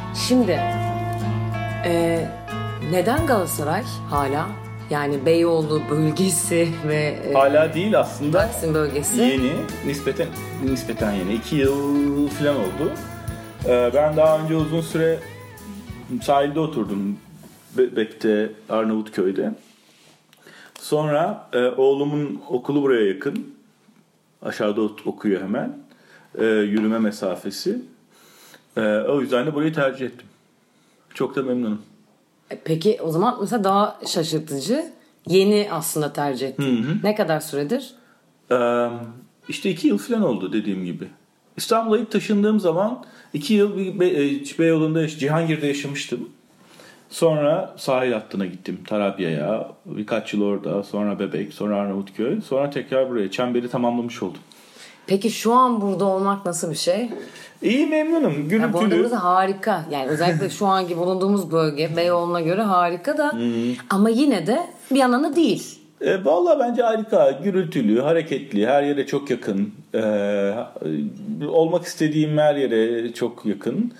Şimdi neden Galatasaray hala? Yani Beyoğlu bölgesi ve hala değil aslında. Taksim bölgesi. Yeni, nispeten yeni. 2 yıl falan oldu. Ben daha önce uzun süre sahilde oturdum. Bebek'te, Arnavutköy'de. Sonra oğlumun okulu buraya yakın. Aşağıda okuyor hemen. Yürüme mesafesi. O yüzden de burayı tercih ettim. Çok da memnunum. Peki o zaman mesela daha şaşırtıcı. Yeni aslında tercih ettin. Hı. Ne kadar süredir? İşte 2 yıl falan oldu dediğim gibi. İstanbul'a ilk taşındığım zaman 2 yıl Beyoğlu'nda, Cihangir'de yaşamıştım. Sonra sahil hattına gittim. Tarabya'ya. Birkaç yıl orada. Sonra Bebek. Sonra Arnavutköy. Sonra tekrar buraya. Çemberi tamamlamış oldum. Peki şu an burada olmak nasıl bir şey? İyi, memnunum. Gürültülü. Yani harika. Yani özellikle şu anki bulunduğumuz bölge Beyoğlu'na göre harika da ama yine de bir yandan da değil. Vallahi bence harika. Gürültülü, hareketli, her yere çok yakın. Olmak istediğim her yere çok yakın.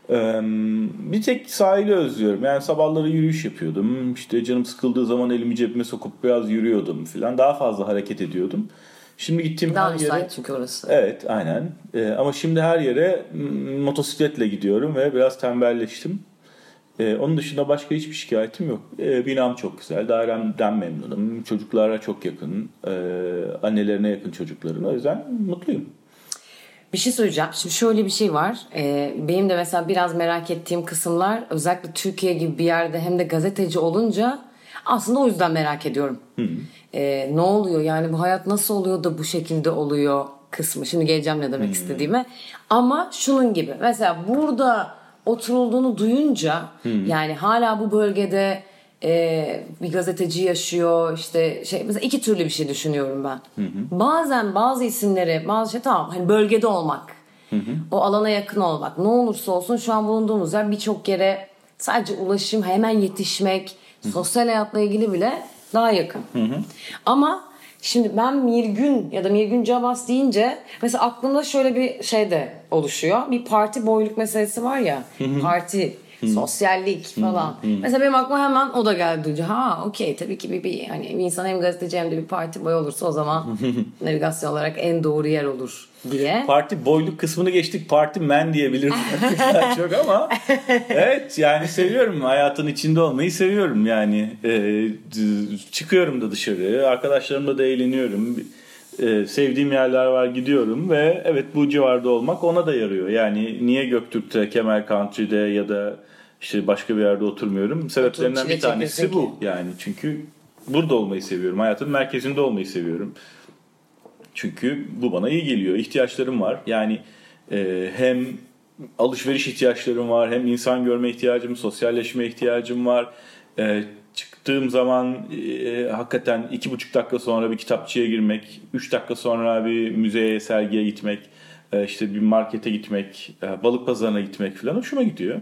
Bir tek sahili özlüyorum. Yani sabahları yürüyüş yapıyordum. İşte canım sıkıldığı zaman elimi cebime sokup biraz yürüyordum falan. Daha fazla hareket ediyordum. Şimdi gittiğim daha her yere... Daha müsait çünkü orası. Evet, aynen. Ama şimdi her yere motosikletle gidiyorum ve biraz tembelleştim. Onun dışında başka hiçbir şikayetim yok. Binam çok güzel, dairemden memnunum. Çocuklara çok yakın, annelerine yakın çocukların. O yüzden mutluyum. Bir şey söyleyeceğim. Şimdi şöyle bir şey var. Benim de mesela biraz merak ettiğim kısımlar özellikle Türkiye gibi bir yerde hem de gazeteci olunca aslında o yüzden merak ediyorum. Ne oluyor? Yani bu hayat nasıl oluyor da bu şekilde oluyor kısmı. Şimdi geleceğim ne demek istediğime. Ama şunun gibi. Mesela burada oturulduğunu duyunca yani hala bu bölgede bir gazeteci yaşıyor işte mesela iki türlü bir şey düşünüyorum ben. Bazen bazı isimleri tamam hani bölgede olmak, o alana yakın olmak, ne olursa olsun şu an bulunduğumuz yer birçok yere sadece ulaşım, hemen yetişmek, sosyal hayatla ilgili bile daha yakın. Ama şimdi ben Mirgün ya da Mirgün Cabas deyince mesela aklımda şöyle bir şey de oluşuyor. Bir parti boyluk meselesi var ya. Parti, sosyallik falan. Mesela benim aklıma hemen o da geldi. Okey, tabii ki bir hani bir insan hem gazeteci hem de bir parti boy olursa o zaman navigasyon olarak en doğru yer olur diye. Parti boyluk kısmını geçtik. Parti men diyebiliriz artık çok ama evet yani seviyorum. Hayatın içinde olmayı seviyorum. Yani çıkıyorum da dışarı. Arkadaşlarımla da eğleniyorum. Sevdiğim yerler var, gidiyorum ve evet bu civarda olmak ona da yarıyor. Yani niye Göktürk'te, Kemer Country'de ya da işte başka bir yerde oturmuyorum? Sebeplerinden bir tanesi bu. Yani çünkü burada olmayı seviyorum. Hayatın merkezinde olmayı seviyorum. Çünkü bu bana iyi geliyor. İhtiyaçlarım var. Yani hem alışveriş ihtiyaçlarım var, hem insan görme ihtiyacım, sosyalleşme ihtiyacım var. Çıktığım zaman hakikaten 2,5 dakika sonra bir kitapçıya girmek, 3 dakika sonra bir müzeye, sergiye gitmek, işte bir markete gitmek, balık pazarına gitmek falan hoşuma gidiyor.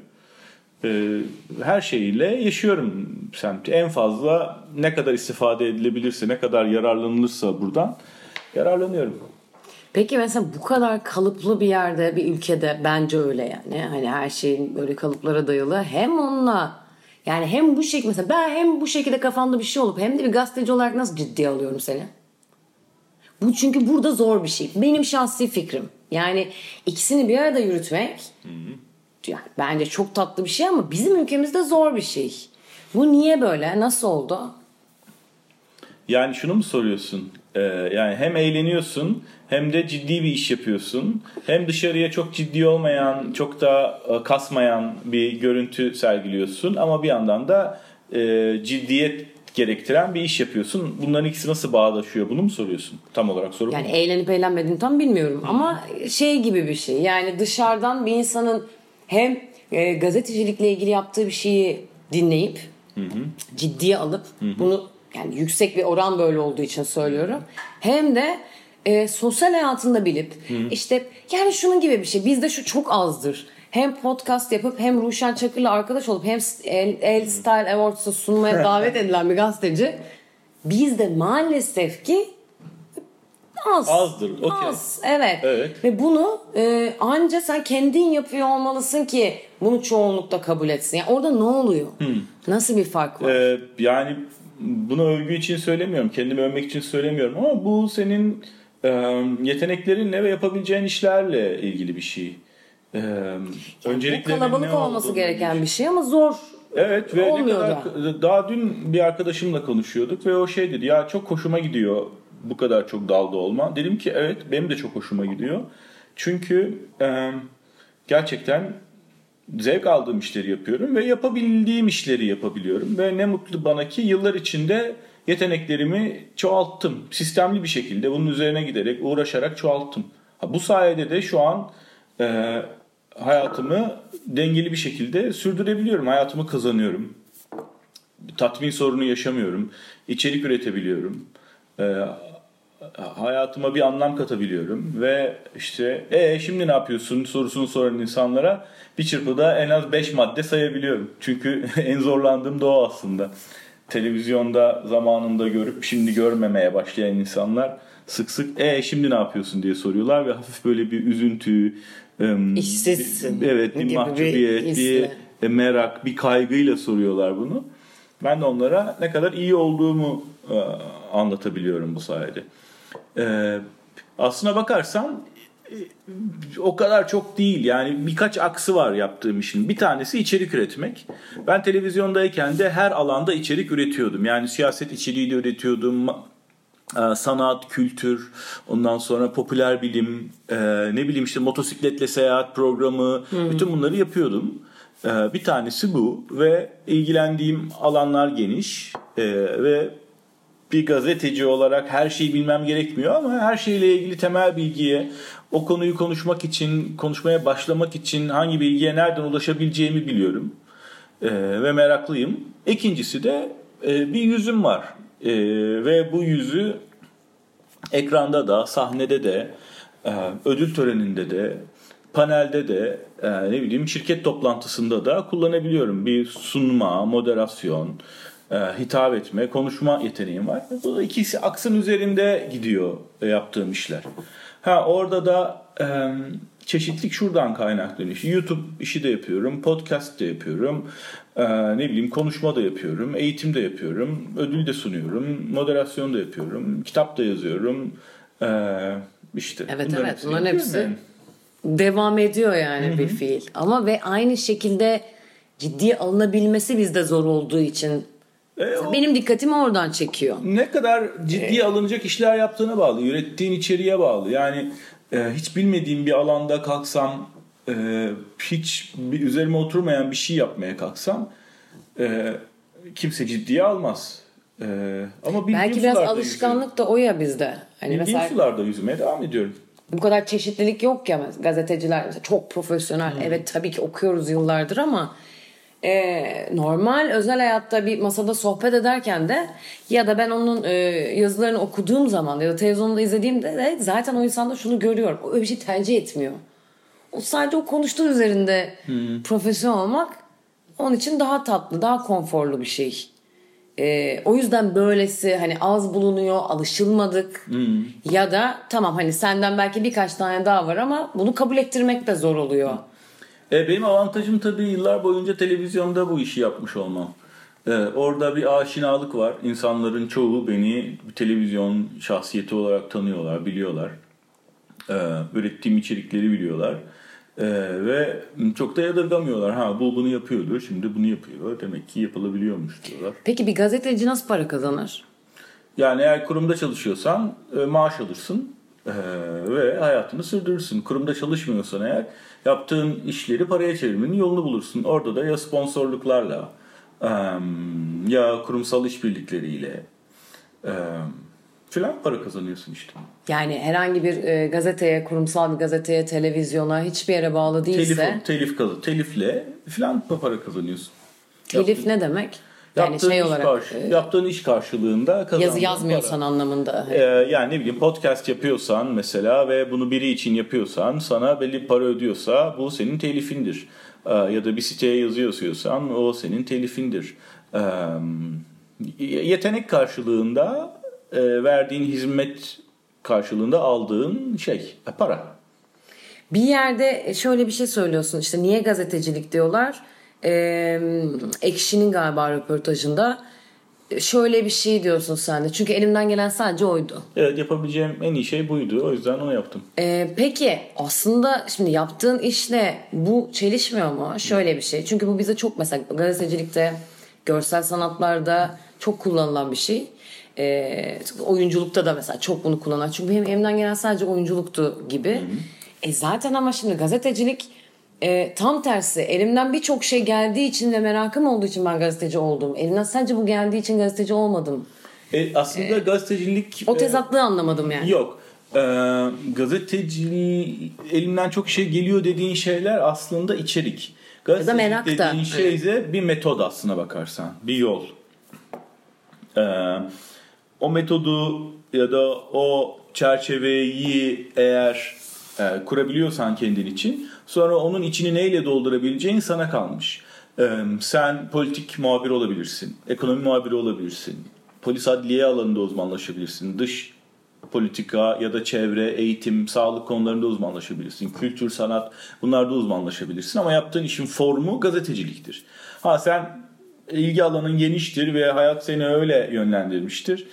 Her şeyiyle yaşıyorum semti. En fazla ne kadar istifade edilebilirse, ne kadar yararlanılırsa buradan yararlanıyorum. Peki mesela bu kadar kalıplı bir yerde, bir ülkede bence öyle yani. Hani her şeyin böyle kalıplara dayalı. Hem onunla yani hem bu şekilde mesela ben hem bu şekilde kafamda bir şey olup hem de bir gazeteci olarak nasıl ciddiye alıyorum seni? Bu çünkü burada zor bir şey. Benim şahsi fikrim. Yani ikisini bir arada yürütmek yani bence çok tatlı bir şey ama bizim ülkemizde zor bir şey. Bu niye böyle? Nasıl oldu? Yani şunu mu soruyorsun? Yani hem eğleniyorsun hem de ciddi bir iş yapıyorsun. Hem dışarıya çok ciddi olmayan, çok da kasmayan bir görüntü sergiliyorsun. Ama bir yandan da ciddiyet gerektiren bir iş yapıyorsun. Bunların ikisi nasıl bağdaşıyor? Bunu mu soruyorsun? Tam olarak soru bu. Yani eğlenip eğlenmediğini tam bilmiyorum. Ama şey gibi bir şey. Yani dışarıdan bir insanın hem gazetecilikle ilgili yaptığı bir şeyi dinleyip ciddiye alıp bunu yani yüksek bir oran böyle olduğu için söylüyorum. Hem de sosyal hayatında bilip işte yani şunun gibi bir şey. Bizde şu çok azdır. Hem podcast yapıp hem Ruşen Çakır'la arkadaş olup hem El Style Awards'a sunmaya davet edilen bir gazeteci. Bizde maalesef ki Azdır. Okay. Az. Evet. Ve bunu anca sen kendin yapıyor olmalısın ki bunu çoğunlukla kabul etsin. Yani orada ne oluyor? Nasıl bir fark var? Yani bunu övgü için söylemiyorum. Kendimi övmek için söylemiyorum. Ama bu senin yeteneklerinle ve yapabileceğin işlerle ilgili bir şey. Bu kalabalık olması gereken bir şey ama zor. Evet ve ne kadar, daha dün bir arkadaşımla konuşuyorduk ve o şey dedi, ya çok hoşuma gidiyor bu kadar çok dalda olma. Dedim ki evet, benim de çok hoşuma gidiyor. Çünkü gerçekten zevk aldığım işleri yapıyorum ve yapabildiğim işleri yapabiliyorum. Ve ne mutlu bana ki yıllar içinde yeteneklerimi çoğalttım. Sistemli bir şekilde bunun üzerine giderek, uğraşarak çoğalttım. Bu sayede de şu an hayatımı dengeli bir şekilde sürdürebiliyorum. Hayatımı kazanıyorum. Tatmin sorunu yaşamıyorum. İçerik üretebiliyorum. Hayatıma bir anlam katabiliyorum. Ve işte şimdi ne yapıyorsun sorusunu soran insanlara bir çırpıda en az 5 madde sayabiliyorum. Çünkü en zorlandığım da o aslında. Televizyonda zamanında görüp şimdi görmemeye başlayan insanlar sık sık şimdi ne yapıyorsun diye soruyorlar ve hafif böyle bir üzüntü, İşsizsin. Bir mahcubiyet, bir merak, bir kaygıyla soruyorlar bunu. Ben de onlara ne kadar iyi olduğumu anlatabiliyorum bu sayede. Aslına bakarsan o kadar çok değil. Yani birkaç aksı var yaptığım işin. Bir tanesi içerik üretmek. Ben televizyondayken de her alanda içerik üretiyordum. Yani siyaset içeriği de üretiyordum. Sanat, kültür, ondan sonra popüler bilim, ne bileyim işte motosikletle seyahat programı, bütün bunları yapıyordum. Bir tanesi bu ve ilgilendiğim alanlar geniş ve bir gazeteci olarak her şeyi bilmem gerekmiyor ama her şeyle ilgili temel bilgiye, o konuyu konuşmak için, konuşmaya başlamak için hangi bilgiye nereden ulaşabileceğimi biliyorum ve meraklıyım. İkincisi de bir yüzüm var. Ve bu yüzü ekranda da, sahnede de, ödül töreninde de, panelde de, şirket toplantısında da kullanabiliyorum. Bir sunma, moderasyon, hitap etme, konuşma yeteneğim var. Bu da ikisi aksın üzerinde gidiyor yaptığım işler. Orada da çeşitlilik şuradan kaynaklanıyor. YouTube işi de yapıyorum, podcast de yapıyorum, konuşma da yapıyorum, eğitim de yapıyorum, ödül de sunuyorum, moderasyon da yapıyorum, kitap da yazıyorum. Evet bunların hepsi devam ediyor yani bir fiil. Ama ve aynı şekilde ciddiye alınabilmesi bizde zor olduğu için benim dikkatimi oradan çekiyor. Ne kadar ciddiye alınacak işler yaptığına bağlı, ürettiğin içeriğe bağlı. Yani hiç bilmediğim bir alanda kalksam, hiç üzerime oturmayan bir şey yapmaya kalksam kimse ciddiye almaz. Ama belki biraz alışkanlık da o ya bizde. Hani bildiğim sularda yüzmeye devam ediyorum. Bu kadar çeşitlilik yok ya, gazeteciler çok profesyonel. Evet tabii ki okuyoruz yıllardır ama normal özel hayatta bir masada sohbet ederken de ya da ben onun yazılarını okuduğum zaman ya da televizyonda izlediğimde de zaten o insanda şunu görüyorum. O öyle bir şey tercih etmiyor. O sadece o konuştuğu üzerinde profesyonel olmak onun için daha tatlı, daha konforlu bir şey. O yüzden böylesi hani az bulunuyor, alışılmadık ya da tamam hani senden belki birkaç tane daha var ama bunu kabul ettirmek de zor oluyor. Benim avantajım tabii yıllar boyunca televizyonda bu işi yapmış olmam. Orada bir aşinalık var. İnsanların çoğu beni bir televizyon şahsiyeti olarak tanıyorlar, biliyorlar. Ürettiğim içerikleri biliyorlar. Ve çok da yadırgamıyorlar. Bu bunu yapıyordur, şimdi bunu yapıyor. Demek ki yapılabiliyormuş diyorlar. Peki bir gazeteci nasıl para kazanır? Yani eğer kurumda çalışıyorsan maaş alırsın ve hayatını sürdürürsün. Kurumda çalışmıyorsan eğer yaptığın işleri paraya çevirmenin yolunu bulursun. Orada da ya sponsorluklarla ya kurumsal işbirlikleriyle filan para kazanıyorsun işte. Yani herhangi bir gazeteye, kurumsal bir gazeteye, televizyona hiçbir yere bağlı değilse. Telifle filan para kazanıyorsun. Telif ne demek? Yani yaptığın iş karşılığında kazandığın yazı yazmıyorsan para. Anlamında. Yani podcast yapıyorsan mesela ve bunu biri için yapıyorsan sana belli bir para ödüyorsa bu senin telifindir. Ya da bir siteye yazı yazıyorsan o senin telifindir. Yetenek karşılığında verdiğin hizmet karşılığında aldığın para. Bir yerde şöyle bir şey söylüyorsun, işte niye gazetecilik diyorlar. Ekşi'nin galiba röportajında şöyle bir şey diyorsun sen de. Çünkü elimden gelen sadece oydu. Evet, yapabileceğim en iyi şey buydu. O yüzden onu yaptım. Peki aslında şimdi yaptığın işle bu çelişmiyor mu? Şöyle bir şey. Çünkü bu bize çok, mesela gazetecilikte, görsel sanatlarda çok kullanılan bir şey. Oyunculukta da mesela çok bunu kullanan. Çünkü benim elimden gelen sadece oyunculuktu gibi. Zaten ama şimdi gazetecilik tam tersi. Elimden birçok şey geldiği için ve merakım olduğu için ben gazeteci oldum. Elimden sadece bu geldiği için gazeteci olmadım. Aslında gazetecilik... O tezatlığı anlamadım yani. Yok. Gazeteciliğin elimden çok şey geliyor dediğin şeyler aslında içerik. Gazetecilik merak dediğin da. şey ise bir metod aslına bakarsan. Bir yol. O metodu ya da o çerçeveyi eğer kurabiliyorsan kendin için, sonra onun içini neyle doldurabileceğin sana kalmış. Sen politik muhabir olabilirsin, ekonomi muhabiri olabilirsin, polis adliye alanında uzmanlaşabilirsin, dış politika ya da çevre, eğitim, sağlık konularında uzmanlaşabilirsin, kültür, sanat, bunlarda uzmanlaşabilirsin ama yaptığın işin formu gazeteciliktir. Sen ilgi alanın geniştir ve hayat seni öyle yönlendirmiştir.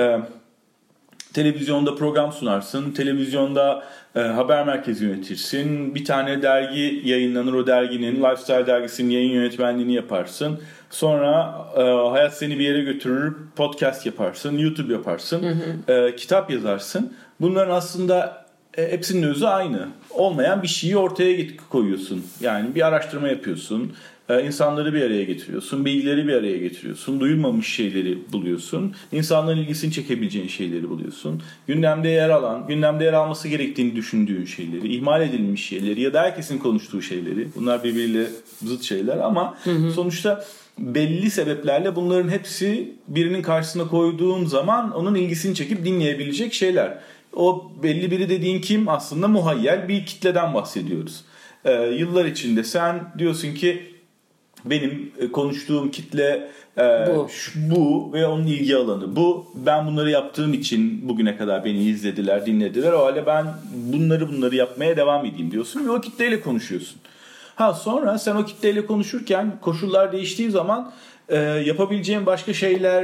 Televizyonda program sunarsın, televizyonda haber merkezi yönetirsin, bir tane dergi yayınlanır, o derginin, Lifestyle dergisinin yayın yönetmenliğini yaparsın. Sonra hayat seni bir yere götürür, podcast yaparsın, YouTube yaparsın, kitap yazarsın. Bunların aslında hepsinin özü aynı. Olmayan bir şeyi ortaya koyuyorsun. Yani bir araştırma yapıyorsun, insanları bir araya getiriyorsun, bilgileri bir araya getiriyorsun, duyulmamış şeyleri buluyorsun, insanların ilgisini çekebileceğin şeyleri buluyorsun, gündemde yer alan, gündemde yer alması gerektiğini düşündüğün şeyleri, ihmal edilmiş şeyleri ya da herkesin konuştuğu şeyleri, bunlar birbiriyle zıt şeyler ama sonuçta belli sebeplerle bunların hepsi birinin karşısına koyduğun zaman onun ilgisini çekip dinleyebilecek şeyler. O belli biri dediğin kim? Aslında muhayyel bir kitleden bahsediyoruz. Yıllar içinde sen diyorsun ki benim konuştuğum kitle bu ve onun ilgi alanı bu. Ben bunları yaptığım için bugüne kadar beni izlediler, dinlediler. O halde ben bunları yapmaya devam edeyim diyorsun ve o kitleyle konuşuyorsun. Sonra sen o kitleyle konuşurken koşullar değiştiği zaman yapabileceğin başka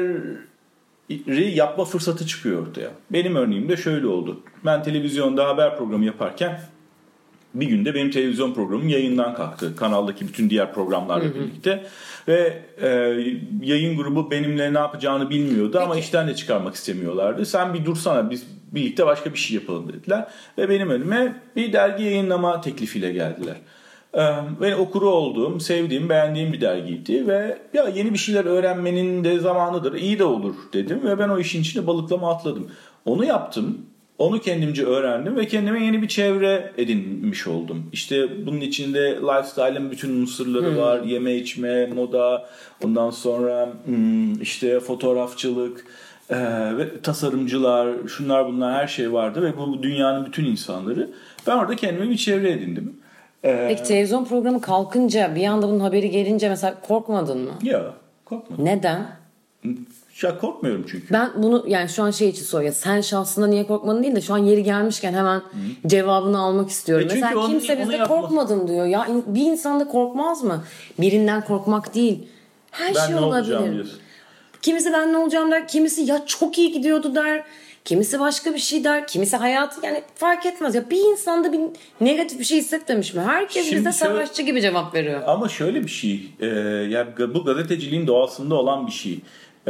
şeyleri yapma fırsatı çıkıyor ortaya. Benim örneğimde şöyle oldu. Ben televizyonda haber programı yaparken bir günde benim televizyon programım yayından kalktı. Kanaldaki bütün diğer programlarla birlikte. Ve yayın grubu benimle ne yapacağını bilmiyordu ama işten de çıkarmak istemiyorlardı. Sen bir dursana, biz birlikte başka bir şey yapalım dediler. Ve benim önüme bir dergi yayınlama teklifiyle geldiler. Ben okuru olduğum, sevdiğim, beğendiğim bir dergiydi ve ya yeni bir şeyler öğrenmenin de zamanıdır, iyi de olur dedim ve ben o işin içine balıklama atladım. Onu yaptım. Onu kendimce öğrendim ve kendime yeni bir çevre edinmiş oldum. İşte bunun içinde lifestyle'ın bütün unsurları var. Yeme içme, moda, ondan sonra işte fotoğrafçılık ve tasarımcılar, şunlar bunlar her şey vardı ve bu dünyanın bütün insanları. Ben orada kendime bir çevre edindim. Peki televizyon programı kalkınca bir anda bunun haberi gelince mesela korkmadın mı? Ya korkmadım. Neden? Ya korkmuyorum çünkü. Ben bunu yani şu an için soruyorum. Sen şahsında niye korkmadın değil de şu an yeri gelmişken hemen cevabını almak istiyorum. Mesela kimse bizde korkmadın diyor. Ya bir insan da korkmaz mı? Birinden korkmak değil. Her ben şey ne olabilir. Kimisi ben ne olacağım der. Kimisi ya çok iyi gidiyordu der. Kimisi başka bir şey der. Kimisi hayatı yani fark etmez. Ya bir insanda bir negatif bir şey hissetmemiş mi? Herkes bize savaşçı gibi cevap veriyor. Ama şöyle bir şey. Yani bu gazeteciliğin doğasında olan bir şey.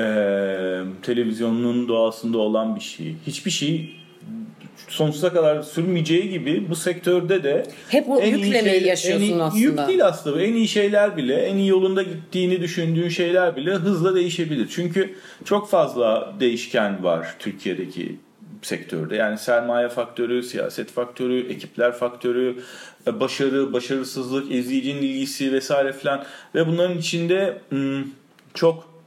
Televizyonun doğasında olan bir şey. Hiçbir şey sonsuza kadar sürmeyeceği gibi bu sektörde de hep o yüklemeyi yaşıyorsun aslında. Yük değil aslında. En iyi şeyler bile, en iyi yolunda gittiğini düşündüğün şeyler bile hızla değişebilir. Çünkü çok fazla değişken var Türkiye'deki sektörde. Yani sermaye faktörü, siyaset faktörü, ekipler faktörü, başarı, başarısızlık, izleyicinin ilgisi vesaire filan ve bunların içinde çok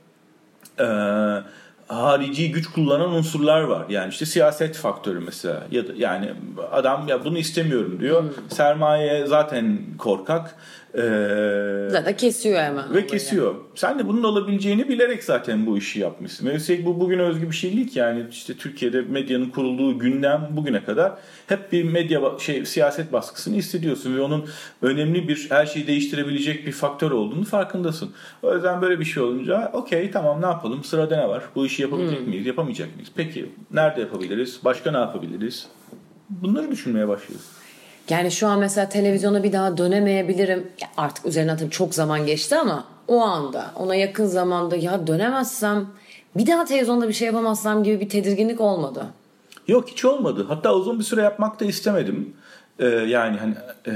harici güç kullanan unsurlar var. Yani işte siyaset faktörü mesela ya da yani adam ya bunu istemiyorum diyor. Sermaye zaten korkak. Zaten kesiyor hemen. Ve kesiyor. Sen de bunun olabileceğini bilerek zaten bu işi yapmışsın. Ve üstelik bu bugün özgü bir şey değil ki. Yani işte Türkiye'de medyanın kurulduğu günden bugüne kadar hep bir medya siyaset baskısını hissediyorsun ve onun önemli bir her şeyi değiştirebilecek bir faktör olduğunu farkındasın. O yüzden böyle bir şey olunca okey tamam ne yapalım? Sırada ne var? Bu işi yapabilecek miyiz? Yapamayacak mıyız? Peki nerede yapabiliriz? Başka ne yapabiliriz? Bunları düşünmeye başlıyoruz. Yani şu an mesela televizyona bir daha dönemeyebilirim. Artık üzerinden tabii çok zaman geçti ama o anda, ona yakın zamanda ya dönemezsem, bir daha televizyonda bir şey yapamazsam gibi bir tedirginlik olmadı. Yok hiç olmadı. Hatta uzun bir süre yapmak da istemedim. Yani hani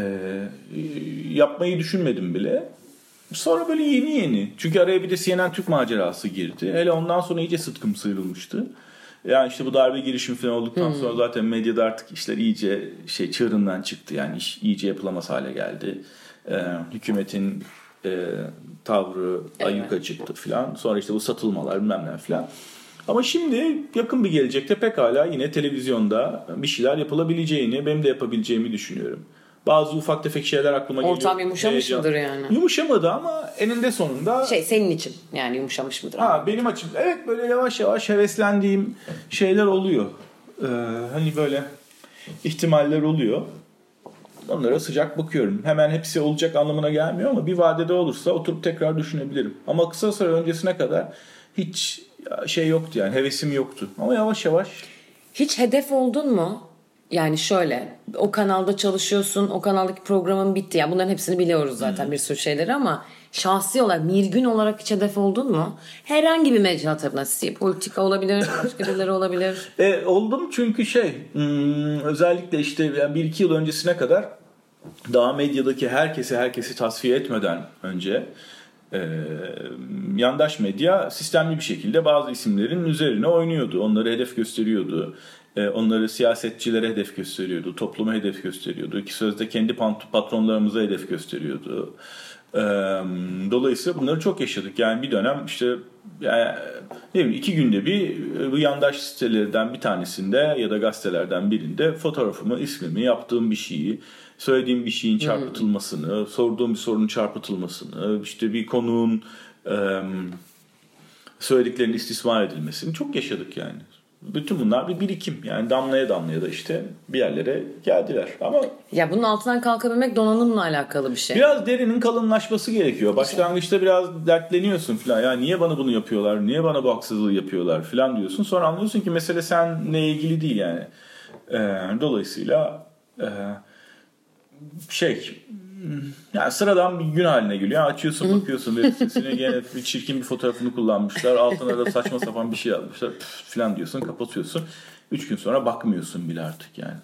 yapmayı düşünmedim bile. Sonra böyle yeni. Çünkü araya bir de CNN Türk macerası girdi. Hele ondan sonra iyice sıtkım sıyrılmıştı. Yani işte bu darbe girişimi falan olduktan sonra zaten medyada artık işler iyice çığırından çıktı. Yani iş iyice yapılamaz hale geldi. Hükümetin tavrı ayyuka çıktı falan. Sonra işte bu satılmalar bilmem ne falan. Ama şimdi yakın bir gelecekte pekala yine televizyonda bir şeyler yapılabileceğini, benim de yapabileceğimi düşünüyorum. Bazı ufak tefek şeyler aklıma geliyor. Ortam yumuşamış mıdır yani? Yumuşamadı ama eninde sonunda... Senin için yani yumuşamış mıdır? Benim açım. Evet böyle yavaş yavaş heveslendiğim şeyler oluyor. Hani böyle ihtimaller oluyor. Onlara sıcak bakıyorum. Hemen hepsi olacak anlamına gelmiyor ama bir vadede olursa oturup tekrar düşünebilirim. Ama kısa süre öncesine kadar hiç yoktu yani hevesim yoktu. Ama yavaş yavaş. Hiç hedef oldun mu? Yani şöyle, o kanalda çalışıyorsun, o kanaldaki programın bitti. Yani bunların hepsini biliyoruz zaten bir sürü şeyleri ama şahsi olarak, Mirgün olarak hiç hedef oldun mu? Herhangi bir mecra tabii, politika olabilir, başka birileri olabilir. Oldum çünkü özellikle işte 1-2 yıl öncesine kadar daha medyadaki herkesi tasfiye etmeden önce yandaş medya sistemli bir şekilde bazı isimlerin üzerine oynuyordu. Onları hedef gösteriyordu. Onları siyasetçilere hedef gösteriyordu. Topluma hedef gösteriyordu. İki sözde kendi patronlarımıza hedef gösteriyordu. Dolayısıyla bunları çok yaşadık. Yani bir dönem işte 2 günde bir bu yandaş sitelerden bir tanesinde ya da gazetelerden birinde fotoğrafımı, ismimi, yaptığım bir şeyi, söylediğim bir şeyin çarpıtılmasını, sorduğum bir sorunun çarpıtılmasını, işte bir konuğun söylediklerinin istismar edilmesini çok yaşadık yani. Bütün bunlar bir birikim. Yani damlaya damlaya da işte bir yerlere geldiler. Ama ya bunun altından kalkabilmek donanımla alakalı bir şey. Biraz derinin kalınlaşması gerekiyor. Başlangıçta biraz dertleniyorsun falan. Ya niye bana bunu yapıyorlar? Niye bana bu haksızlığı yapıyorlar falan diyorsun. Sonra anlıyorsun ki mesele seninle ilgili değil yani. Dolayısıyla yani sıradan bir gün haline geliyor. Açıyorsun bakıyorsun web sitesine gene bir çirkin bir fotoğrafını kullanmışlar. Altına da saçma sapan bir şey yazmışlar falan diyorsun, kapatıyorsun. 3 gün sonra bakmıyorsun bile artık yani.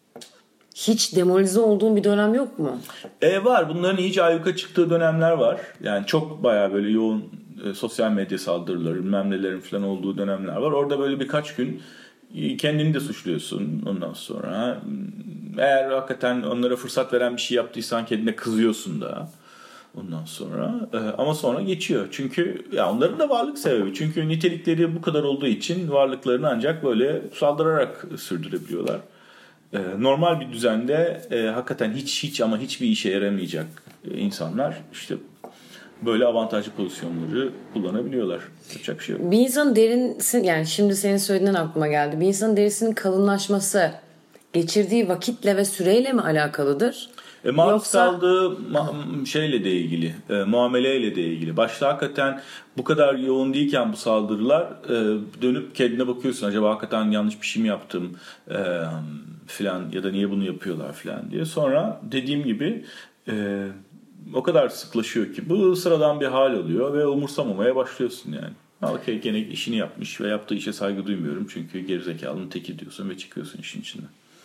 Hiç demoralize olduğun bir dönem yok mu? Var. Bunların iyice ayyuka çıktığı dönemler var. Yani çok bayağı böyle yoğun sosyal medya saldırıları, bilmem nelerin falan olduğu dönemler var. Orada böyle birkaç gün kendini de suçluyorsun ondan sonra. Eğer hakikaten onlara fırsat veren bir şey yaptıysan kendine kızıyorsun da ondan sonra. Ama sonra geçiyor. Çünkü ya onların da varlık sebebi. Çünkü nitelikleri bu kadar olduğu için varlıklarını ancak böyle saldırarak sürdürebiliyorlar. Normal bir düzende hakikaten hiçbir işe yaramayacak insanlar işte böyle avantajlı pozisyonları kullanabiliyorlar. Yapacak bir şey yok. Bir insanın derisi, yani şimdi senin söylediğinden aklıma geldi. Bir insanın derisinin kalınlaşması geçirdiği vakitle ve süreyle mi alakalıdır? Maruz kaldığı şeyle de ilgili, muameleyle de ilgili. Başta hakikaten bu kadar yoğun değilken bu saldırılar dönüp kendine bakıyorsun. Acaba hakikaten yanlış bir şey mi yaptım filan ya da niye bunu yapıyorlar filan diye. Sonra dediğim gibi o kadar sıklaşıyor ki bu sıradan bir hal oluyor ve umursamamaya başlıyorsun yani. Okey gene işini yapmış ve yaptığı işe saygı duymuyorum çünkü gerizekalının teki diyorsun ve çıkıyorsun işin içinden.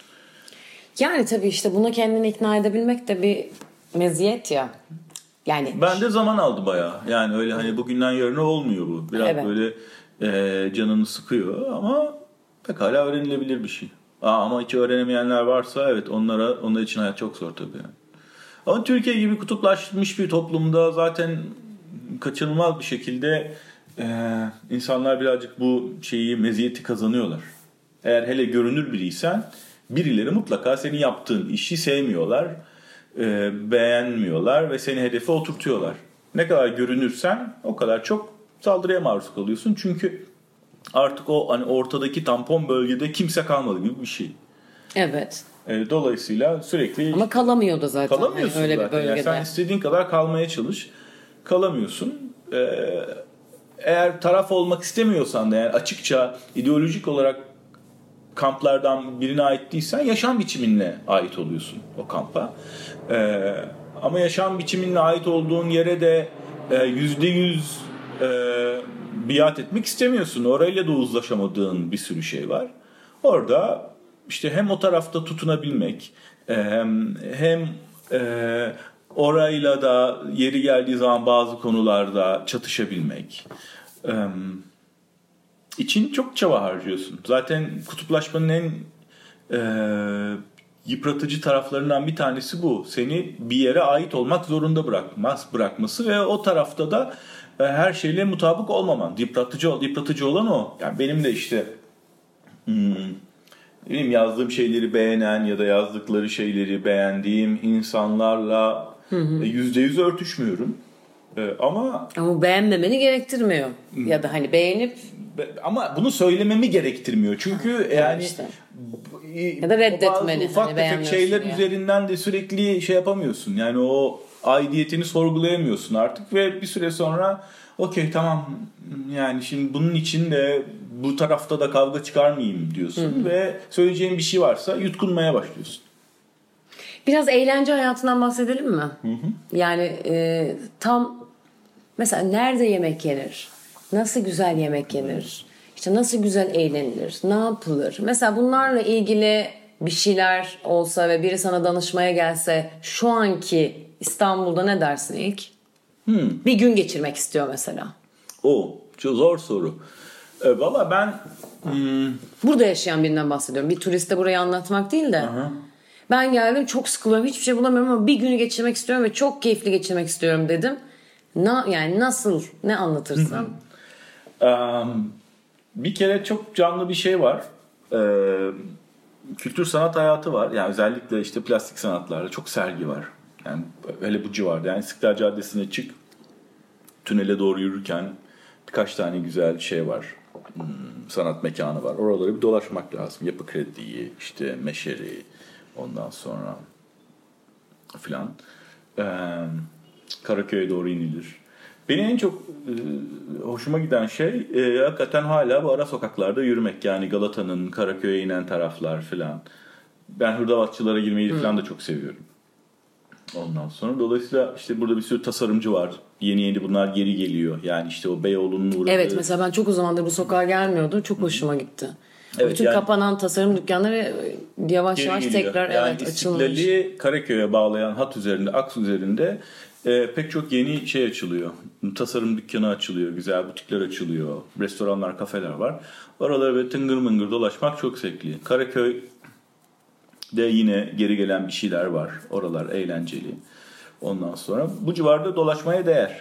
Yani tabii işte buna kendini ikna edebilmek de bir meziyet ya. Yani ben de zaman aldı bayağı. Yani öyle hani bugünden yarına olmuyor bu. Biraz böyle canını sıkıyor ama pekala öğrenilebilir bir şey. Ama hiç öğrenemeyenler varsa evet onlar için hayat çok zor tabii yani. Ama Türkiye gibi kutuplaşmış bir toplumda zaten kaçınılmaz bir şekilde insanlar birazcık bu meziyeti kazanıyorlar. Eğer hele görünür biriysen birileri mutlaka senin yaptığın işi sevmiyorlar. beğenmiyorlar ve seni hedefe oturtuyorlar. Ne kadar görünürsen o kadar çok saldırıya maruz kalıyorsun. Çünkü artık o hani ortadaki tampon bölgede kimse kalmadı gibi bir şey. Evet. Dolayısıyla sürekli... Ama kalamıyordu zaten. Kalamıyorsun öyle zaten. Bir bölgede. Yani sen istediğin kadar kalmaya çalış. Kalamıyorsun. Eğer taraf olmak istemiyorsan da, yani açıkça ideolojik olarak kamplardan birine ait değilsen, yaşam biçiminle ait oluyorsun o kampa. Ama yaşam biçiminle ait olduğun yere de %100 biat etmek istemiyorsun. Orayla da uzlaşamadığın bir sürü şey var. Orada işte hem o tarafta tutunabilmek, hem orayla da yeri geldiği zaman bazı konularda çatışabilmek için çok çaba harcıyorsun. Zaten kutuplaşmanın en yıpratıcı taraflarından bir tanesi bu. Seni bir yere ait olmak zorunda bırakması ve o tarafta da her şeyle mutabık olmaman. Yıpratıcı olan o. Yani benim de işte benim yazdığım şeyleri beğenen ya da yazdıkları şeyleri beğendiğim insanlarla %100 örtüşmüyorum. Ama beğenmemeni gerektirmiyor. Ya da hani beğenip ama bunu söylememi gerektirmiyor. Çünkü yani işte. Ya da reddetmeni. Bazı ufak tefek şeyler üzerinden de sürekli şey yapamıyorsun. Yani o aidiyetini sorgulayamıyorsun artık ve bir süre sonra okey tamam, yani şimdi bunun için de bu tarafta da kavga çıkarmayayım diyorsun ve söyleyeceğin bir şey varsa yutkunmaya başlıyorsun. Biraz eğlence hayatından bahsedelim mi? Yani tam mesela nerede yemek yenir? Nasıl güzel yemek yenir? İşte nasıl güzel eğlenilir? Ne yapılır? Mesela bunlarla ilgili bir şeyler olsa ve biri sana danışmaya gelse şu anki İstanbul'da ne dersin ilk? Bir gün geçirmek istiyor mesela. Çok zor soru. Valla ben burada yaşayan birinden bahsediyorum. Bir turiste burayı anlatmak değil de. Ben geldim, çok sıkılıyorum, hiçbir şey bulamıyorum ama bir günü geçirmek istiyorum ve çok keyifli geçirmek istiyorum dedim. Yani nasıl, ne anlatırsam? Bir kere çok canlı bir şey var. Kültür sanat hayatı var. Yani özellikle işte plastik sanatlarda çok sergi var. Yani hele bu civarda. Yani İstiklal Caddesi'ne çık, tünele doğru yürürken birkaç tane güzel şey var. Sanat mekanı var. Oraları bir dolaşmak lazım. Yapı Kredi'yi, işte Meşeri, ondan sonra filan. Karaköy'e doğru inilir. Beni en çok hoşuma giden şey hakikaten hala bu ara sokaklarda yürümek. Yani Galata'nın Karaköy'e inen taraflar filan. Ben hırdavatçılara girmeyi filan da çok seviyorum. Ondan sonra dolayısıyla işte burada bir sürü tasarımcı var. Yeni bunlar geri geliyor. Yani işte o Beyoğlu'nun uğradığı. Evet, mesela ben çok uzun zamandır bu sokağa gelmiyordum. Çok hoşuma gitti. Evet, bütün kapanan tasarım dükkanları yavaş yavaş tekrar yani açılmış. İstiklal'i Karaköy'e bağlayan hat üzerinde, aks üzerinde pek çok yeni şey açılıyor. Tasarım dükkanı açılıyor, güzel butikler açılıyor, restoranlar, kafeler var. Oralara böyle tıngır mıngır dolaşmak çok zevkli. Karaköy'de yine geri gelen bir şeyler var. Oralar eğlenceli. Ondan sonra bu civarda dolaşmaya değer.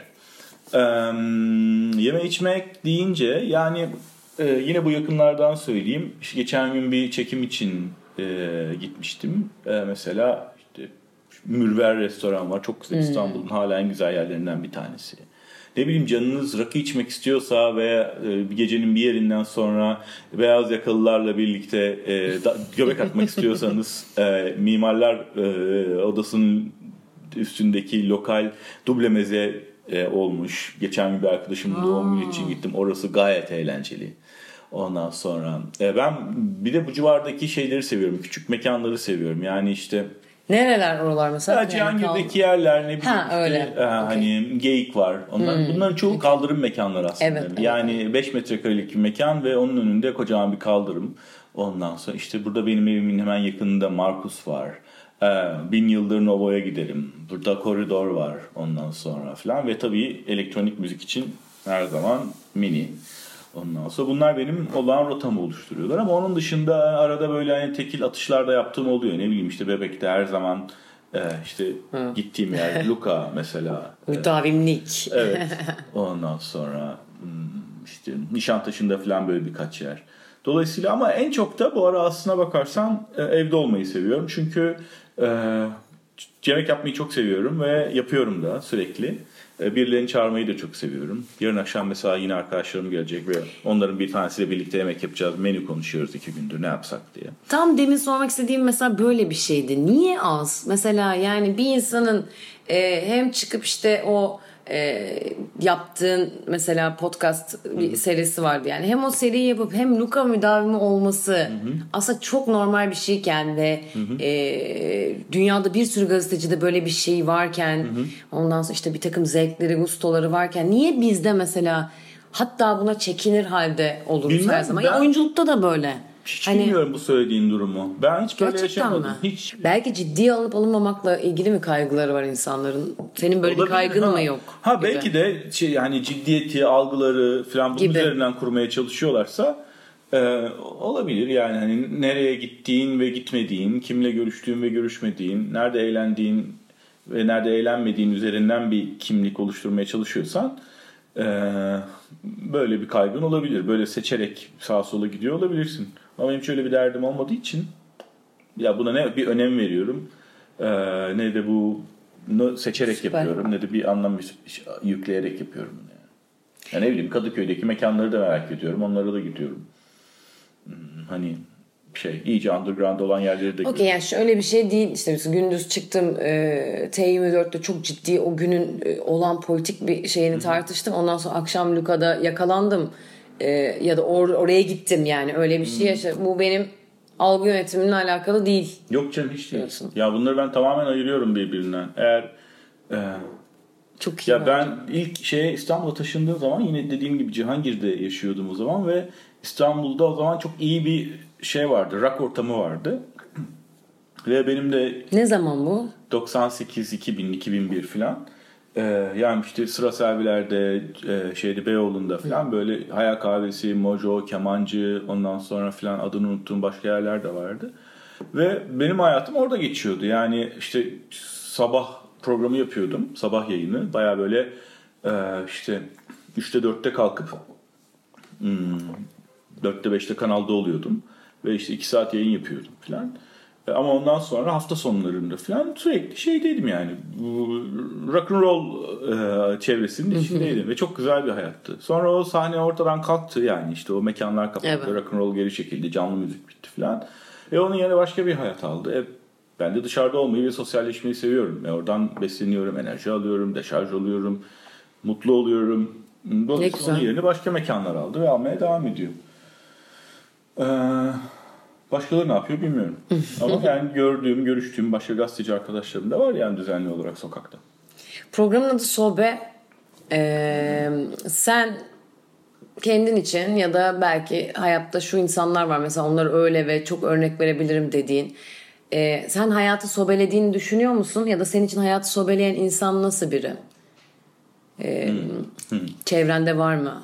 Yeme içmek deyince yani yine bu yakınlardan söyleyeyim. İşte geçen gün bir çekim için gitmiştim. Mesela işte Mürver restoran var. Çok güzel, İstanbul'un hala en güzel yerlerinden bir tanesi. Ne bileyim, canınız rakı içmek istiyorsa veya bir gecenin bir yerinden sonra beyaz yakalılarla birlikte göbek atmak istiyorsanız Mimarlar Odası'nın üstündeki lokal duble meze olmuş. Geçen gün bir arkadaşımın doğum günü için gittim. Orası gayet eğlenceli. Ondan sonra ben bir de bu civardaki şeyleri seviyorum. Küçük mekanları seviyorum. Yani işte nereler oralar mesela? Cihangir'deki yerler, ne bileyim öyle. Hani Geyik var. Bunların çoğu kaldırım mekanları aslında. Evet, yani 5 metrekarelik bir mekan ve onun önünde kocaman bir kaldırım. Ondan sonra işte burada benim evimin hemen yakınında Markus var. 1000 yıldır Novo'ya giderim. Burada koridor var ondan sonra falan ve tabii elektronik müzik için her zaman Mini. Ondan sonra bunlar benim olağan rotamı oluşturuyorlar ama onun dışında arada böyle hani tekil atışlarda yaptığım oluyor. Ne bileyim işte Bebek'te her zaman işte gittiğim yer Luka mesela. Müdavimlik. Evet. Ondan sonra işte Nişantaşı'nda falan böyle birkaç yer. Dolayısıyla ama en çok da bu ara aslına bakarsan evde olmayı seviyorum. Çünkü yemek yapmayı çok seviyorum ve yapıyorum da sürekli. Birilerini çağırmayı da çok seviyorum. Yarın akşam mesela yine arkadaşlarım gelecek ve onların bir tanesiyle birlikte yemek yapacağız. Menü konuşuyoruz 2 gündür ne yapsak diye. Tam demin sormak istediğim mesela böyle bir şeydi. Niye az? Mesela yani bir insanın hem çıkıp işte o yaptığın mesela podcast bir serisi vardı yani. Hem o seriyi yapıp hem Luka müdavimi olması aslında çok normal bir şeyken ve dünyada bir sürü gazetecide böyle bir şey varken ondan sonra işte bir takım zevkleri, gustoları varken niye bizde mesela hatta buna çekinir halde oluruz Bilmem, her zaman. Ya oyunculukta da böyle. Hiç bilmiyorum bu söylediğin durumu. Ben hiç böyle yaşamadım. Mi? Hiç. Belki ciddiye alınıp alınmamakla ilgili mi kaygıları var insanların? Senin böyle olabilir, bir kaygın mı yok? Ha gibi. Belki de yani ciddiyeti, algıları falan bunun gibi. Üzerinden kurmaya çalışıyorlarsa olabilir. Yani hani nereye gittiğin ve gitmediğin, kimle görüştüğün ve görüşmediğin, nerede eğlendiğin ve nerede eğlenmediğin üzerinden bir kimlik oluşturmaya çalışıyorsan böyle bir kaygın olabilir. Böyle seçerek sağa sola gidiyor olabilirsin. Ama benim şöyle bir derdim olmadığı için ya buna ne bir önem veriyorum ne de bu seçerek Süper. Yapıyorum ne de bir anlam yükleyerek yapıyorum. Yani ne bileyim Kadıköy'deki mekanları da merak ediyorum. Onlara da gidiyorum. Hani iyice underground olan yerleri de gidiyorum. Okey yani şöyle bir şey değil. İşte mesela gündüz çıktım T24'te çok ciddi o günün olan politik bir şeyini tartıştım. Ondan sonra akşam Luka'da yakalandım. Ya da oraya gittim yani öyle bir şey yaşadım. Bu benim algı yönetimimle alakalı değil. Yok canım hiç değil. Ya bunları ben tamamen ayırıyorum birbirinden. Eğer çok iyi. Ya ben ilk İstanbul'a taşındığım zaman yine dediğim gibi Cihangir'de yaşıyordum o zaman ve İstanbul'da o zaman çok iyi bir vardı. Rock ortamı vardı. Ve benim de ne zaman bu? 98, 2000, 2001 falan. Yani işte Sıra Selviler'de Beyoğlu'nda falan böyle Hayal Kahvesi, Mojo, Kemancı ondan sonra falan adını unuttuğum başka yerler de vardı. Ve benim hayatım orada geçiyordu. Yani işte sabah programı yapıyordum. Sabah yayını. Baya böyle 3'te 4'te kalkıp 4'te 5'te kanalda oluyordum. Ve işte 2 saat yayın yapıyordum falan. Ama ondan sonra hafta sonlarında falan sürekli şeydeydim yani. Rock and roll çevresinin içindeydim ve çok güzel bir hayattı. Sonra o sahne ortadan kalktı yani işte o mekanlar kapandı. Evet. Rock and roll geri çekildi, canlı müzik bitti falan. Onun yerine başka bir hayat aldı. Ben de dışarıda olmayı ve sosyalleşmeyi seviyorum. Oradan besleniyorum, enerji alıyorum, deşarj oluyorum, mutlu oluyorum. Dolayısıyla onun yerine başka mekanlar aldı ve almaya devam ediyor. Başkaları ne yapıyor bilmiyorum. Ama yani görüştüğüm başka gazeteci arkadaşlarım da var yani düzenli olarak sokakta. Programın adı Sobe. Sen kendin için ya da belki hayatta şu insanlar var mesela onlar öyle ve çok örnek verebilirim dediğin. Sen hayatı sobelediğini düşünüyor musun? Ya da senin için hayatı sobeleyen insan nasıl biri? Çevrende var mı?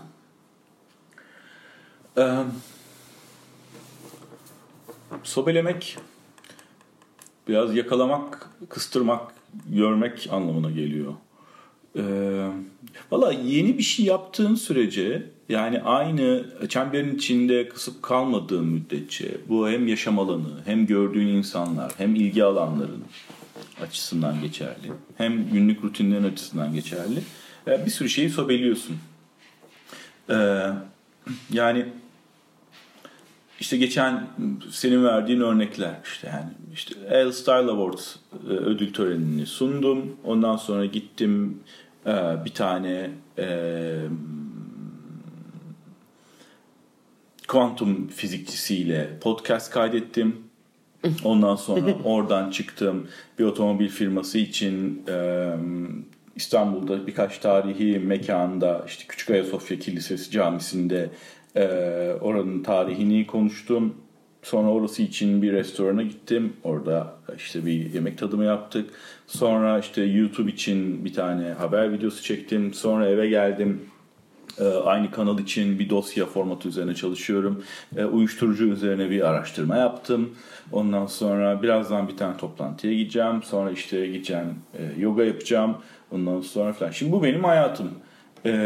Sobelemek biraz yakalamak, kıstırmak, görmek anlamına geliyor. Valla yeni bir şey yaptığın sürece yani aynı çemberin içinde kısıp kalmadığın müddetçe bu hem yaşam alanı hem gördüğün insanlar hem ilgi alanların açısından geçerli hem günlük rutinlerin açısından geçerli. Bir sürü şeyi sobeliyorsun. Yani İşte geçen senin verdiğin örnekler işte Elle Style Awards ödül törenini sundum. Ondan sonra gittim bir tane kuantum fizikçisiyle podcast kaydettim. Ondan sonra oradan çıktım bir otomobil firması için İstanbul'da birkaç tarihi mekanda işte Küçük Ayasofya Kilisesi Camisi'nde oranın tarihini konuştum. Sonra orası için bir restorana gittim. Orada işte bir yemek tadımı yaptık. Sonra işte YouTube için bir tane haber videosu çektim. Sonra eve geldim. Aynı kanal için bir dosya formatı üzerine çalışıyorum. Uyuşturucu üzerine bir araştırma yaptım. Ondan sonra birazdan bir tane toplantıya gideceğim. Sonra işte gideceğim yoga yapacağım. Ondan sonra falan. Şimdi bu benim hayatım.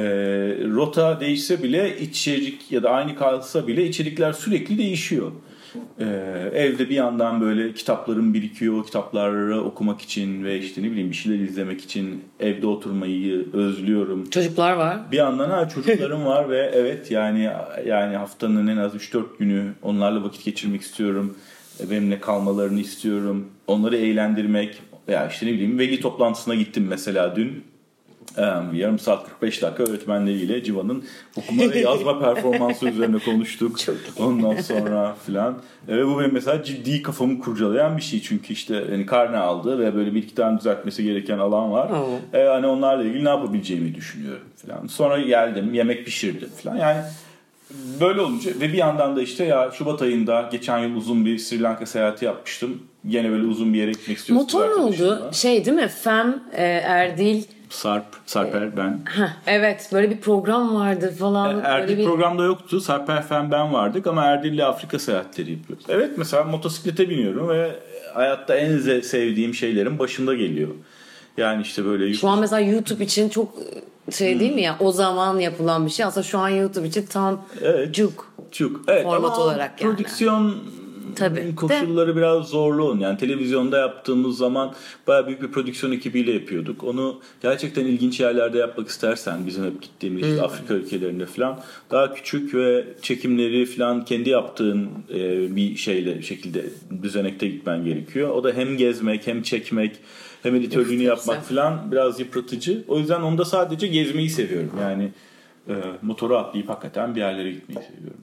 Rota değişse bile içerik ya da aynı kalsa bile içerikler sürekli değişiyor. Evde bir yandan böyle kitaplarım birikiyor. O kitapları okumak için ve işte ne bileyim bir şeyler izlemek için evde oturmayı özlüyorum. Çocuklar var. Bir yandan çocuklarım var ve evet yani haftanın en az 3-4 günü onlarla vakit geçirmek istiyorum. Benimle kalmalarını istiyorum. Onları eğlendirmek. Ya işte ne bileyim veli toplantısına gittim mesela dün. Yarım saat 45 dakika öğretmenleriyle Civa'nın okuma ve yazma performansı üzerine konuştuk. Ondan sonra filan. Ve bu benim mesela ciddi kafamı kurcalayan bir şey. Çünkü işte hani karne aldı ve böyle bir iki tane düzeltmesi gereken alan var. Hani onlarla ilgili ne yapabileceğimi düşünüyorum filan. Sonra geldim, yemek pişirdim filan. Yani böyle olunca ve bir yandan da işte ya Şubat ayında geçen yıl uzun bir Sri Lanka seyahati yapmıştım. Gene böyle uzun bir yere gitmek istiyorsun. Motor oldu. Şey değil mi? Fem, Erdil... Sarper ben. Evet böyle bir program vardı falan. Erdil programda yoktu. Sarper Fen ben vardık ama Erdil'le Afrika seyahatleri yapıyoruz. Evet mesela motosiklete biniyorum ve hayatta en sevdiğim şeylerin başında geliyor. Yani işte böyle... Şu an mesela YouTube için çok değil mi ya? O zaman yapılan bir şey. Aslında şu an YouTube için tam cuk. Evet, format olarak yani. Prodüksiyon koşulları biraz zorlu. Yani televizyonda yaptığımız zaman bayağı büyük bir prodüksiyon ekibiyle yapıyorduk. Onu gerçekten ilginç yerlerde yapmak istersen bizim hep gittiğimiz işte Afrika ülkelerinde falan daha küçük ve çekimleri falan kendi yaptığın bir şekilde düzenekte gitmen gerekiyor. O da hem gezmek hem çekmek hem editörlüğünü yapmak falan biraz yıpratıcı. O yüzden onda sadece gezmeyi seviyorum. Yani motoru atlayıp hakikaten bir yerlere gitmeyi seviyorum.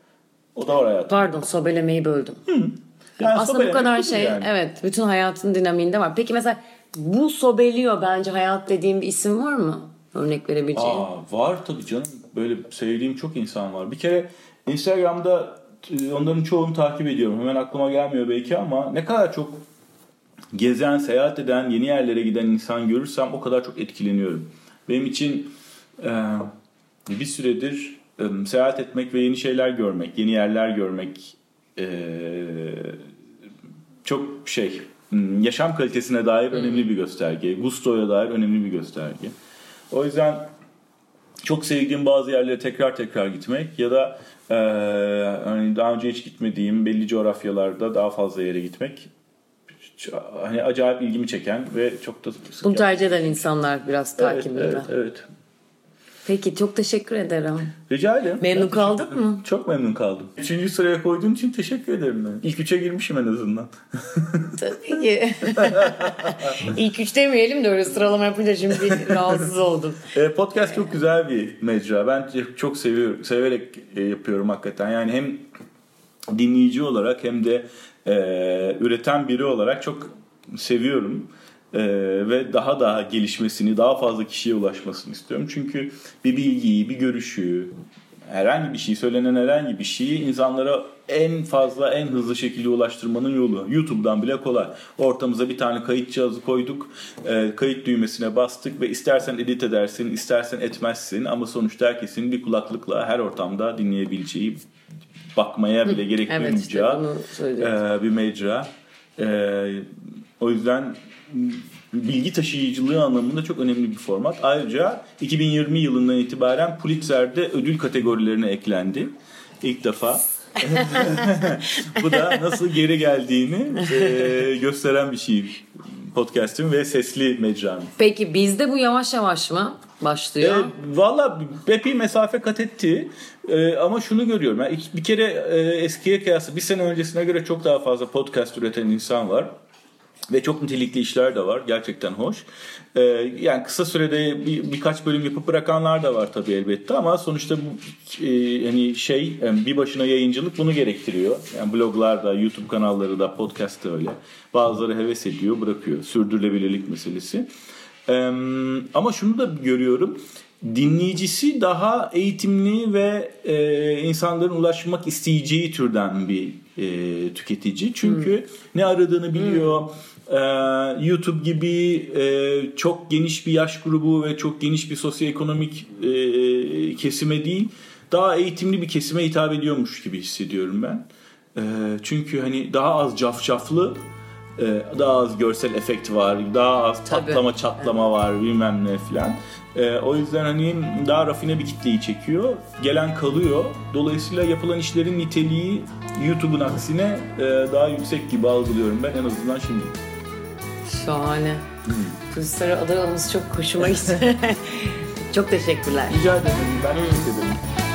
O da var hayatım. Pardon, sobelemeyi böldüm. Yani aslında bu kadar şey yani. Evet, bütün hayatın dinamiğinde var. Peki mesela bu sobeliyor bence hayat dediğim bir isim var mı? Örnek verebileceğin. Var tabii canım. Böyle sevdiğim çok insan var. Bir kere Instagram'da onların çoğunu takip ediyorum. Hemen aklıma gelmiyor belki ama ne kadar çok gezen, seyahat eden, yeni yerlere giden insan görürsem o kadar çok etkileniyorum. Benim için bir süredir seyahat etmek ve yeni şeyler görmek, yeni yerler görmek çok yaşam kalitesine dair önemli bir gösterge. Gusto'ya dair önemli bir gösterge. O yüzden çok sevdiğim bazı yerlere tekrar gitmek ya da hani daha önce hiç gitmediğim belli coğrafyalarda daha fazla yere gitmek hani acayip ilgimi çeken ve çok da bunu tercih eden insanlar biraz takibinde. Evet. Peki çok teşekkür ederim. Rica ederim. Memnun kaldın mı? Çok memnun kaldım. 3. sıraya koyduğun için teşekkür ederim ben. İlk 3'e girmişim en azından. Tabii ki. İlk 3 demeyelim de öyle sıralama yapınca şimdi rahatsız oldum. Podcast çok güzel bir mecra. Ben çok severek yapıyorum hakikaten. Yani hem dinleyici olarak hem de üreten biri olarak çok seviyorum. Ve daha gelişmesini, daha fazla kişiye ulaşmasını istiyorum. Çünkü bir bilgiyi, bir görüşü, herhangi bir şey, söylenen herhangi bir şeyi insanlara en fazla, en hızlı şekilde ulaştırmanın yolu. YouTube'dan bile kolay. Ortamıza bir tane kayıt cihazı koyduk, kayıt düğmesine bastık ve istersen edit edersin, istersen etmezsin ama sonuçta herkesin bir kulaklıkla her ortamda dinleyebileceği, bakmaya bile gerek duymayacağı bir mecra. O yüzden bilgi taşıyıcılığı anlamında çok önemli bir format. Ayrıca 2020 yılından itibaren Pulitzer'de ödül kategorilerine eklendi. İlk defa. Bu da nasıl geri geldiğini gösteren bir şey. Podcast'im ve sesli mecram. Peki bizde bu yavaş yavaş mı başlıyor? Valla epey mesafe kat etti. Ama şunu görüyorum. Yani bir kere eskiye kıyasla bir sene öncesine göre çok daha fazla podcast üreten insan var. Ve çok nitelikli işler de var. Gerçekten hoş. Yani kısa sürede birkaç bölüm yapıp bırakanlar da var tabii elbette ama sonuçta bu hani bir başına yayıncılık bunu gerektiriyor. Yani bloglarda, YouTube kanalları da, podcast da öyle. Bazıları heves ediyor, bırakıyor. Sürdürülebilirlik meselesi. Ama şunu da görüyorum. Dinleyicisi daha eğitimli ve insanların ulaşmak isteyeceği türden bir tüketici. Çünkü ne aradığını biliyor. YouTube gibi çok geniş bir yaş grubu ve çok geniş bir sosyoekonomik kesime değil, daha eğitimli bir kesime hitap ediyormuş gibi hissediyorum ben. Çünkü hani daha az cafcaflı, daha az görsel efekt var, daha az patlama çatlama var bilmem ne filan. O yüzden hani daha rafine bir kitleyi çekiyor. Gelen kalıyor. Dolayısıyla yapılan işlerin niteliği YouTube'un aksine daha yüksek gibi algılıyorum ben, en azından şimdi. Şahane. Prodüsöre aday olması çok hoşuma gitti. Çok teşekkürler. Rica ederim. Ben teşekkür ederim.